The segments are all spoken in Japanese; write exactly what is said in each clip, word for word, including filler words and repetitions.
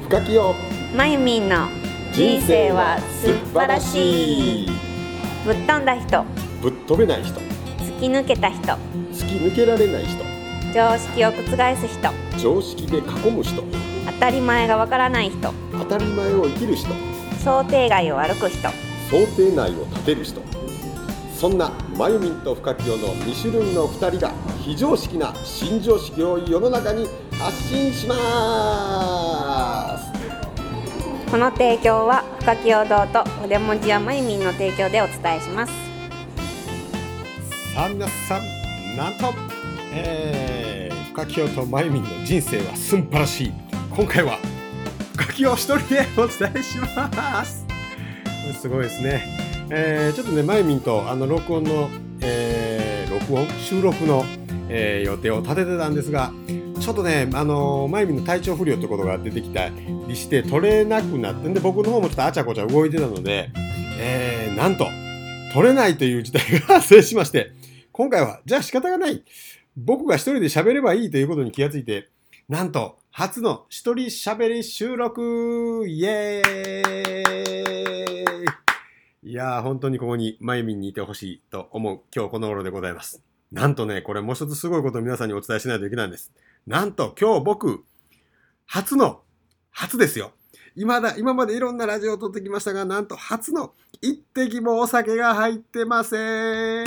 深きよまゆみんの人生は素晴らしい。ぶっ飛んだ人、 ぶっ飛べない人、 突き抜けた人、 突き抜けられない人、 常識を覆す人、 常識で囲む人、 当たり前がわからない人、 当たり前を生きる人、 想定外を歩く人、 想定内を立てる人、そんなまゆみんと深きよのに種類のふたりが非常識な新常識を世の中に発信します。 この提供は深きよ堂と筆文字やまゆみんの提供でお伝えします。 さあ皆さん、なんと、えー、深きよとまゆみんの人生はすんばらしい。今回は深きよ一人でお伝えします。すごいですね。えー、ちょっとね、まゆみんとあの録音の、えー、録音収録の、えー、予定を立ててたんですが、ちょっとね、あのー、まゆみんの体調不良ってことが出てきたりして取れなくなってんで、僕の方もちょっとあちゃこちゃ動いてたので、えー、なんと取れないという事態が発生しまして、今回はじゃあ仕方がない、僕が一人で喋ればいいということに気がついて、なんと初の一人喋り収録、イエーイ。いやー、本当にここにまゆみんにいてほしいと思う今日この頃でございます。なんとね、これもう一つすごいことを皆さんにお伝えしないといけないんです。なんと今日僕初の初ですよ。今だ今までいろんなラジオを撮ってきましたが、なんと初の一滴もお酒が入ってません。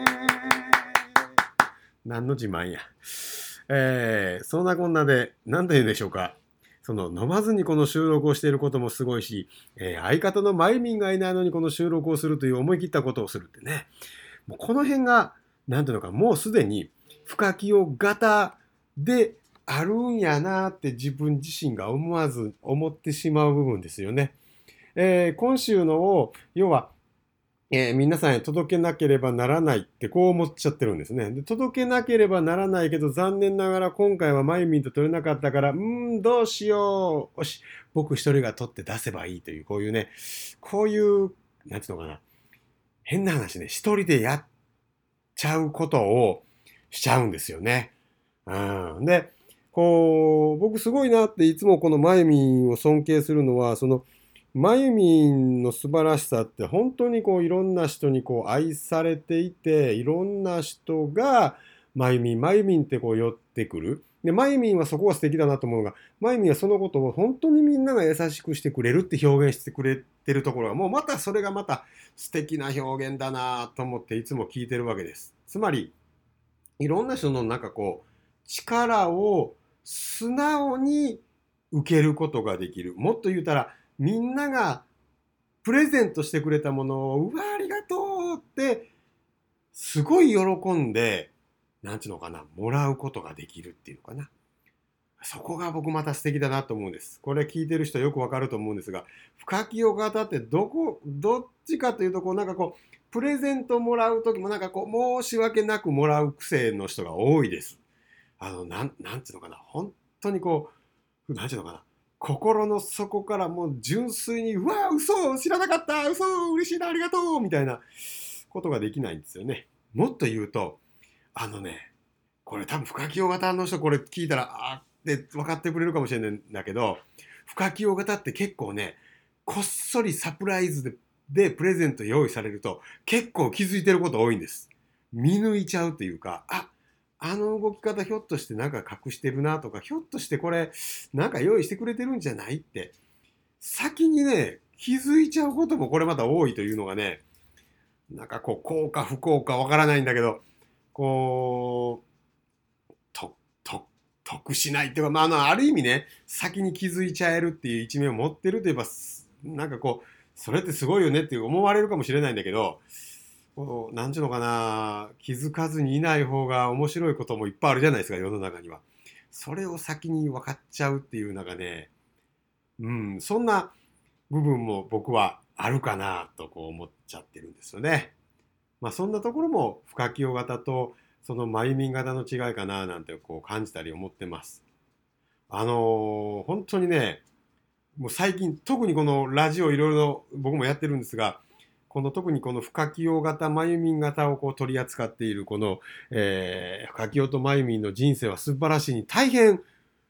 何の自慢や。えー、そんなこんなで何と言うんでしょうか。その飲まずにこの収録をしていることもすごいし、えー、相方のまゆみんがいないのにこの収録をするという思い切ったことをするってね。もうこの辺がなんていうのか、もうすでに深きよ型であるんやなって自分自身が思わず思ってしまう部分ですよね。えー、今週のを要は、えー、皆さんへ届けなければならないってこう思っちゃってるんですね。で、届けなければならないけど残念ながら今回はまゆみんと取れなかったから、うーんどうしよう、よし僕一人が取って出せばいいという、こういうね、こういうなんていうのかな、変な話ね、一人でやっちゃうことをしちゃうんですよね。うん、でこう僕すごいなっていつもこのまゆみんを尊敬するのは、そのまゆみんの素晴らしさって本当にこういろんな人にこう愛されていて、いろんな人がまゆみんまゆみんってこう寄ってくる。でまゆみんはそこが素敵だなと思うのが、まゆみんはそのことを本当にみんなが優しくしてくれるって表現してくれてるところが、もうまたそれがまた素敵な表現だなと思っていつも聞いてるわけです。つまりいろんな人のなんかこう力を素直に受けることができる。もっと言うたら、みんながプレゼントしてくれたものを、うわありがとうってすごい喜んで、なんていうのかな、もらうことができるっていうのかな。そこが僕また素敵だなと思うんです。これ聞いてる人よくわかると思うんですが、深きよ型ってどこどっちかというと、こうなんかこうプレゼントもらうときもなんかこう申し訳なくもらう癖の人が多いです。あのなんなんていうのかな、本当にこうなんていうのかな、心の底からもう純粋に、うわ嘘知らなかった、嘘嬉しいなありがとうみたいなことができないんですよね。もっと言うと、あのね、これ多分深きよ型の人これ聞いたらあって分かってくれるかもしれないんだけど、深きよ型って結構ね、こっそりサプライズででプレゼント用意されると結構気づいてること多いんです。見抜いちゃうというか、ああの動き方ひょっとしてなんか隠してるなとか、ひょっとしてこれなんか用意してくれてるんじゃないって先にね気づいちゃうこともこれまた多いというのがね、なんかこう幸か不幸かわからないんだけど、こうとと得しないっていうか、まあ、あのある意味ね、先に気づいちゃえるっていう一面を持ってるといえば、なんかこうそれってすごいよねって思われるかもしれないんだけど、こうなんていうのかな、気づかずにいない方が面白いこともいっぱいあるじゃないですか、世の中には。それを先に分かっちゃうっていうのがね、うん、そんな部分も僕はあるかなとこう思っちゃってるんですよね。まあそんなところも深きよ型とそのまゆみん型の違いかななんてこう感じたり思ってます。あのー、本当にね、もう最近特にこのラジオいろいろ僕もやってるんですが、この特にこの深きよ型まゆみん型をこう取り扱っているこの、えー、深きよとまゆみんの人生は素晴らしいに大変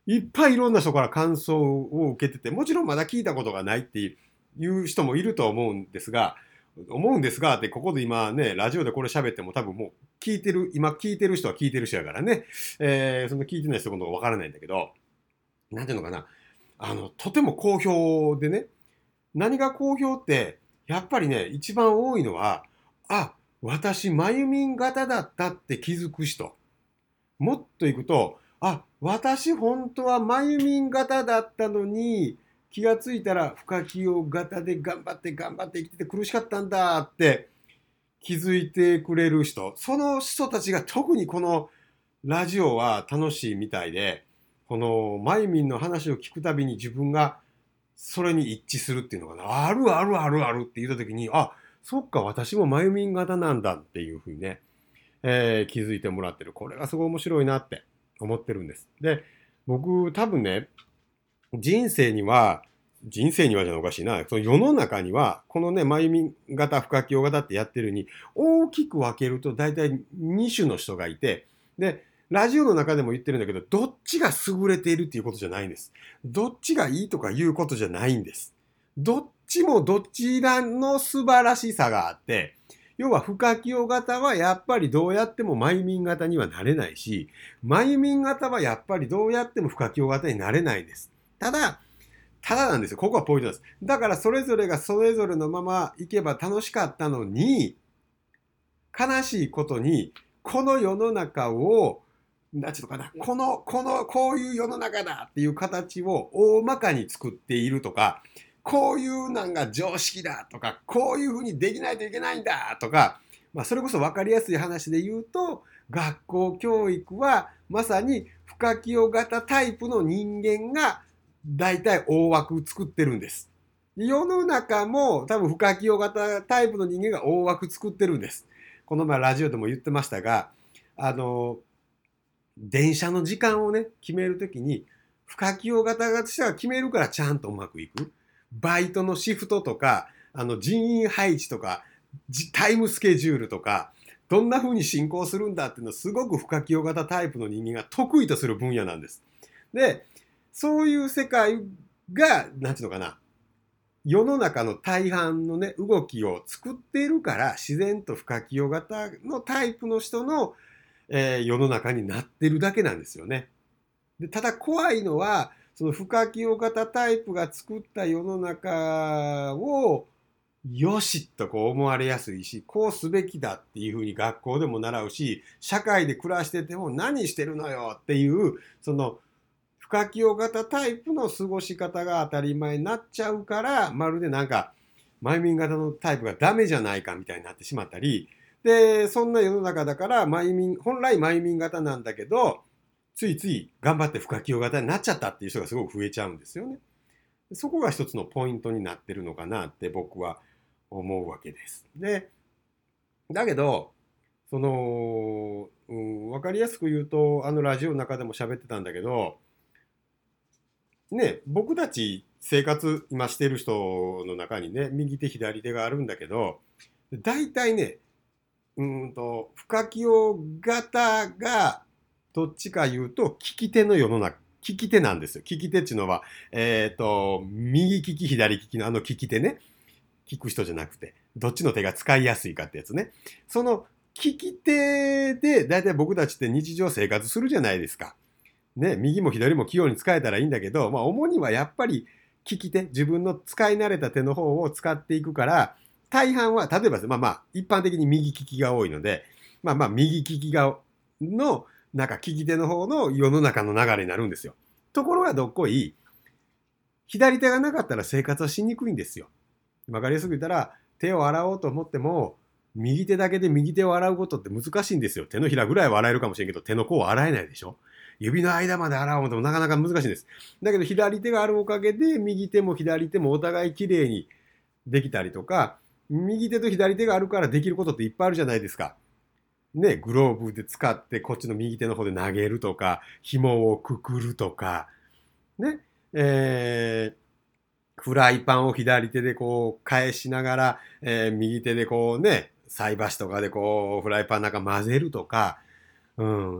いっぱいいろんな人から感想を受けてて、もちろんまだ聞いたことがないっていう人もいると思うんですが、思うんですがって、ここで今ね、ラジオでこれ喋っても多分もう聞いてる、今聞いてる人は聞いてる人やからね、えー、その聞いてない人のことがわからないんだけど、なんていうのかな、あの、とても好評でね、何が好評って、やっぱりね、一番多いのは、あ、私、まゆみん型だったって気づく人。もっといくと、あ、私本当はまゆみん型だったのに、気がついたら深清型で頑張って頑張って生きてて苦しかったんだって気づいてくれる人。その人たちが特にこのラジオは楽しいみたいで、このまゆみんの話を聞くたびに自分がそれに一致するっていうのかな。あるあるあるあるって言った時に、あ、そっか、私もまゆみん型なんだっていうふうにね、えー気づいてもらってる。これがすごい面白いなって思ってるんです。で、僕多分ね、人生には、人生にはじゃおかしいな、その世の中には、このね、まゆみ型、深清型ってやってるように、大きく分けると大体に種の人がいて、で、ラジオの中でも言ってるんだけど、どっちが優れているっていうことじゃないんです。どっちがいいとかいうことじゃないんです。どっちもどちらの素晴らしさがあって、要は深清型はやっぱりどうやってもまゆみん型にはなれないし、まゆみん型はやっぱりどうやっても深清型になれないんです。ただ、ただなんですよ。ここはポイントなんです。だからそれぞれがそれぞれのまま行けば楽しかったのに、悲しいことに、この世の中を、なんていうのかな、この、この、こういう世の中だっていう形を大まかに作っているとか、こういうなんが常識だとか、こういうふうにできないといけないんだとか、まあ、それこそ分かりやすい話で言うと、学校教育はまさに深清型タイプの人間が大体大枠作ってるんです。世の中も多分深清型タイプの人間が大枠作ってるんです。この前ラジオでも言ってましたが、あの、電車の時間をね、決めるときに、深清型がしたら決めるからちゃんとうまくいく。バイトのシフトとか、あの人員配置とか、タイムスケジュールとか、どんな風に進行するんだっていうのはすごく深清型タイプの人間が得意とする分野なんです。で、そういう世界が、なんていうのかな、世の中の大半のね、動きを作っているから、自然と深清型のタイプの人の、えー世の中になってるだけなんですよね。で、ただ怖いのは、その深清型タイプが作った世の中を、よしとこう思われやすいし、こうすべきだっていうふうに学校でも習うし、社会で暮らしてても何してるのよっていう、その深清型タイプの過ごし方が当たり前になっちゃうから、まるでなんか、マイミン型のタイプがダメじゃないかみたいになってしまったり、で、そんな世の中だから、マイミン、本来マイミン型なんだけど、ついつい頑張って深清型になっちゃったっていう人がすごく増えちゃうんですよね。そこが一つのポイントになってるのかなって僕は思うわけです。で、だけど、その、うん、わかりやすく言うと、あのラジオの中でも喋ってたんだけど、ね、僕たち生活今してる人の中にね、右手左手があるんだけど、大体ね、うんと、深清型がどっちか言うと、利き手の世の中、利き手なんですよ。利き手っていうのは、えっと、右利き左利きのあの利き手ね。聞く人じゃなくて、どっちの手が使いやすいかってやつね。その利き手で大体僕たちって日常生活するじゃないですか。ね、右も左も器用に使えたらいいんだけど、まあ主にはやっぱり利き手、自分の使い慣れた手の方を使っていくから、大半は、例えばまあまあ一般的に右利きが多いので、まあまあ右利きがの、なんか利き手の方の世の中の流れになるんですよ。ところがどっこい、左手がなかったら生活はしにくいんですよ。わかりやすく言ったら、手を洗おうと思っても、右手だけで右手を洗うことって難しいんですよ。手のひらぐらいは洗えるかもしれんけど、手の甲は洗えないでしょ。指の間まで洗おうともなかなか難しいんです。だけど左手があるおかげで、右手も左手もお互いきれいにできたりとか、右手と左手があるからできることっていっぱいあるじゃないですか。ね、グローブで使ってこっちの右手の方で投げるとか、紐をくくるとか、ね、えーフライパンを左手でこう返しながら、えー右手でこうね、菜箸とかでこうフライパンなんか混ぜるとか、うん。で、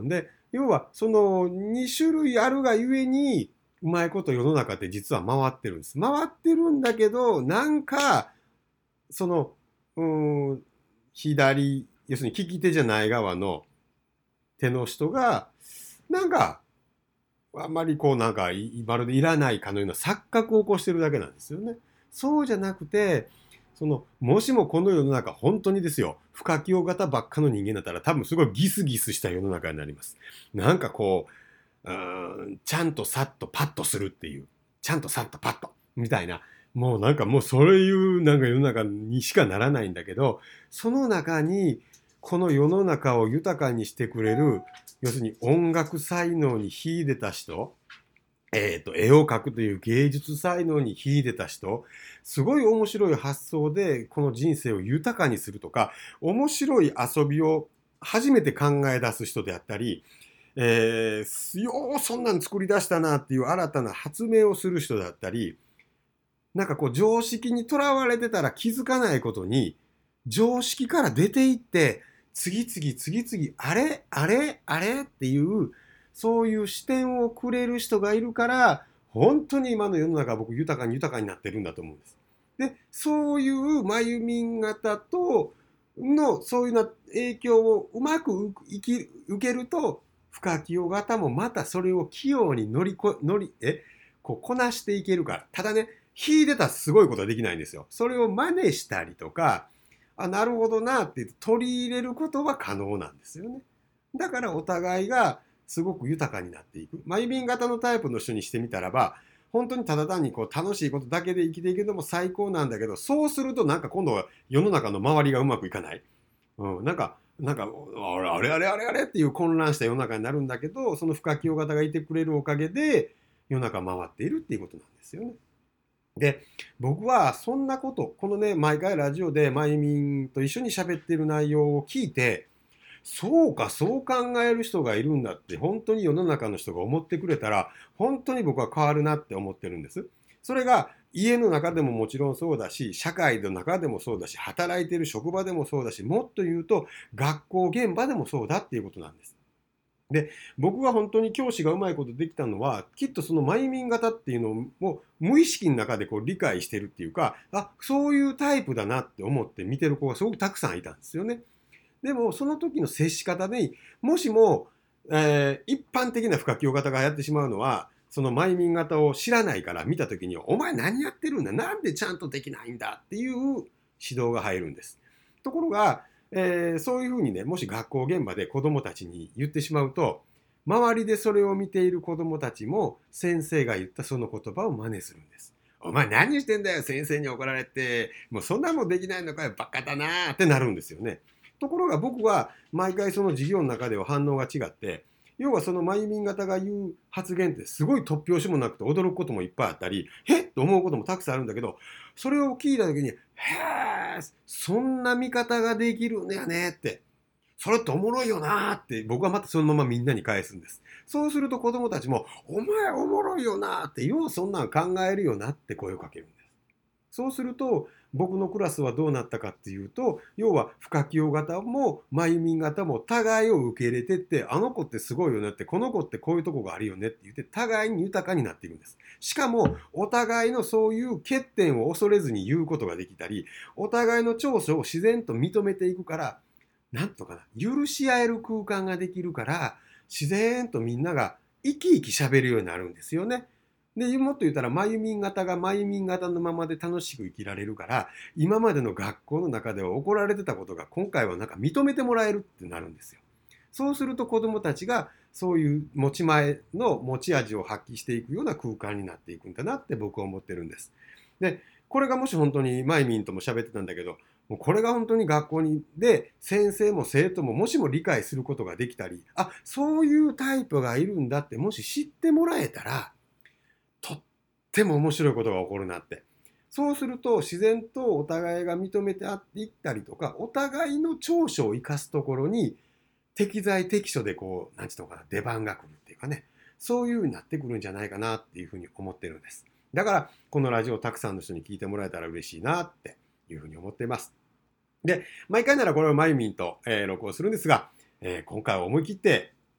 要はそのに種類あるがゆえにうまいこと世の中って実は回ってるんです。回ってるんだけど、なんかそのうーん左、要するに利き手じゃない側の手の人がなんかあんまりこうなんかまるでいらないかのような錯覚を起こしてるだけなんですよね。そうじゃなくて、そのもしもこの世の中本当にですよ、不可教型ばっかの人間だったら多分すごいギスギスした世の中になります。なんかこう、うーんちゃんとさっとパッとするっていう、ちゃんとさっとパッとみたいな、もうなんかもうそういうなんか世の中にしかならないんだけど、その中にこの世の中を豊かにしてくれる、要するに音楽才能に秀でた人、えーと、絵を描くという芸術才能に秀でた人、すごい面白い発想でこの人生を豊かにするとか、面白い遊びを初めて考え出す人であったり、えー、ようそんなん作り出したなっていう新たな発明をする人だったり、なんかこう常識にとらわれてたら気づかないことに、常識から出ていって、次々次々、あれあれあれっていう、そういう視点をくれる人がいるから、本当に今の世の中は僕豊かに豊かになってるんだと思うんです。で、そういうまゆみん型との、そういうな影響をうまく受け受けると、不可清型もまたそれを器用に乗りこ、乗り、え、こうこなしていけるから。ただね、秀でたすごいことはできないんですよ。それを真似したりとか、あ、なるほどなって取り入れることは可能なんですよね。だからお互いがすごく豊かになっていく。マイビン型のタイプの人にしてみたらば、本当にただ単にこう楽しいことだけで生きていけるのも最高なんだけど、そうするとなんか今度は世の中の周りがうまくいかない。うん、なんか、なんか、あれあれあれあれっていう混乱した世の中になるんだけど、その不可清型がいてくれるおかげで世の中回っているっていうことなんですよね。で、僕はそんなこと、このね、毎回ラジオでマイミンと一緒に喋ってる内容を聞いて、そうか、そう考える人がいるんだって、本当に世の中の人が思ってくれたら、本当に僕は変わるなって思ってるんです。それが家の中でももちろんそうだし、社会の中でもそうだし、働いている職場でもそうだし、もっと言うと学校現場でもそうだっていうことなんです。で、僕が本当に教師がうまいことできたのは、きっとそのマイミン型っていうのを無意識の中でこう理解してるっていうか、あ、そういうタイプだなって思って見てる子がすごくたくさんいたんですよね。でも、その時の接し方で、もしも、えー一般的な不可教型がやってしまうのは、そのマイミン型を知らないから見た時に、お前何やってるんだ、なんでちゃんとできないんだっていう指導が入るんです。ところが、えーそういうふうにね、もし学校現場で子どもたちに言ってしまうと、周りでそれを見ている子どもたちも先生が言ったその言葉を真似するんです。お前何してんだよ、先生に怒られて、もうそんなもんできないのかよ、バカだなーってなるんですよね。ところが僕は毎回その授業の中では反応が違って、要はそのマイミン型が言う発言ってすごい突拍子もなくて驚くこともいっぱいあったり、へっと思うこともたくさんあるんだけど、それを聞いた時に、へえ、そんな見方ができるんだよねって。それっておもろいよなーって僕はまたそのままみんなに返すんです。そうすると子供たちも、お前おもろいよなーって、ようそんなん考えるよなって声をかけるんです。そうすると僕のクラスはどうなったかっていうと、要は不可教型もマイミン型も互いを受け入れてって、あの子ってすごいよねって、この子ってこういうとこがあるよねって言って互いに豊かになっていくんです。しかもお互いのそういう欠点を恐れずに言うことができたり、お互いの長所を自然と認めていくから、なんとかな、許し合える空間ができるから、自然とみんなが生き生き喋るようになるんですよね。で、もっと言ったら、マユミン型がマユミン型のままで楽しく生きられるから、今までの学校の中では怒られてたことが今回はなんか認めてもらえるってなるんですよ。そうすると子どもたちがそういう持ち前の持ち味を発揮していくような空間になっていくんだなって僕は思ってるんです。で、これがもし本当にマイミンとも喋ってたんだけど、もうこれが本当に学校にで先生も生徒ももしも理解することができたり、あ、そういうタイプがいるんだってもし知ってもらえたら、とっても面白いことが起こるなって。そうすると自然とお互いが認めていったりとか、お互いの長所を生かすところに適材適所でこう、なんていうのかな、出番が来るっていうかね、そういう風になってくるんじゃないかなっていうふうに思ってるんです。だからこのラジオをたくさんの人に聞いてもらえたら嬉しいなっていうふうに思っています。で、毎回ならこれをマイミンと、えー録音するんですが、えー今回は思い切って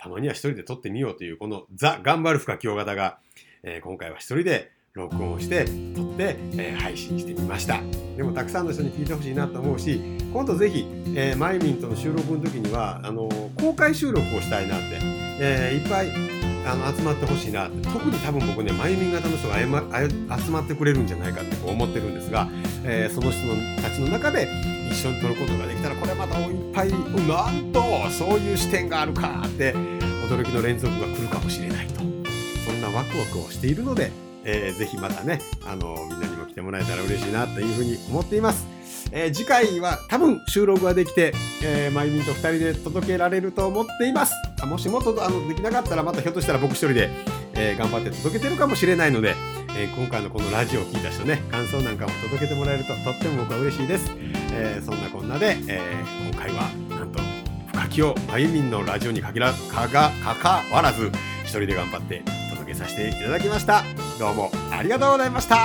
たまには一人で撮ってみようというこのザ・頑張る深京型が、えー、今回は一人で録音をして撮って、えー、配信してみました。でもたくさんの人に聞いてほしいなと思うし、今度ぜひ、えー、マイミンとの収録の時にはあの公開収録をしたいなって、えー、いっぱいあの集まってほしいなって。特に多分僕ねマイミン型の人があまあ集まってくれるんじゃないかって思ってるんですが、えー、その人たちの中で一緒に撮ることができたら、これまたいっぱいなんとそういう視点があるかって驚きの連続が来るかもしれないと、そんなワクワクをしているので、えー、ぜひまたねあのみんなにも来てもらえたら嬉しいなというふうに思っています。えー、次回は多分収録ができて、えー、マイミンとふたりで届けられると思っています。もしもとあのできなかったらまたひょっとしたら僕一人で、えー、頑張って届けてるかもしれないので、えー、今回のこのラジオを聞いた人ね感想なんかも届けてもらえるととっても僕は嬉しいです。えー、そんなこんなで、えー、今回はなんと深清マイミンのラジオにからかがかかわらず一人で頑張って届けさせていただきました。どうもありがとうございました。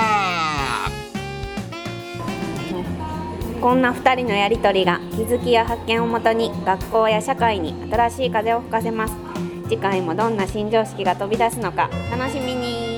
こんなふたりのやりとりが気づきや発見をもとに学校や社会に新しい風を吹かせます。次回もどんな新常識が飛び出すのか楽しみに。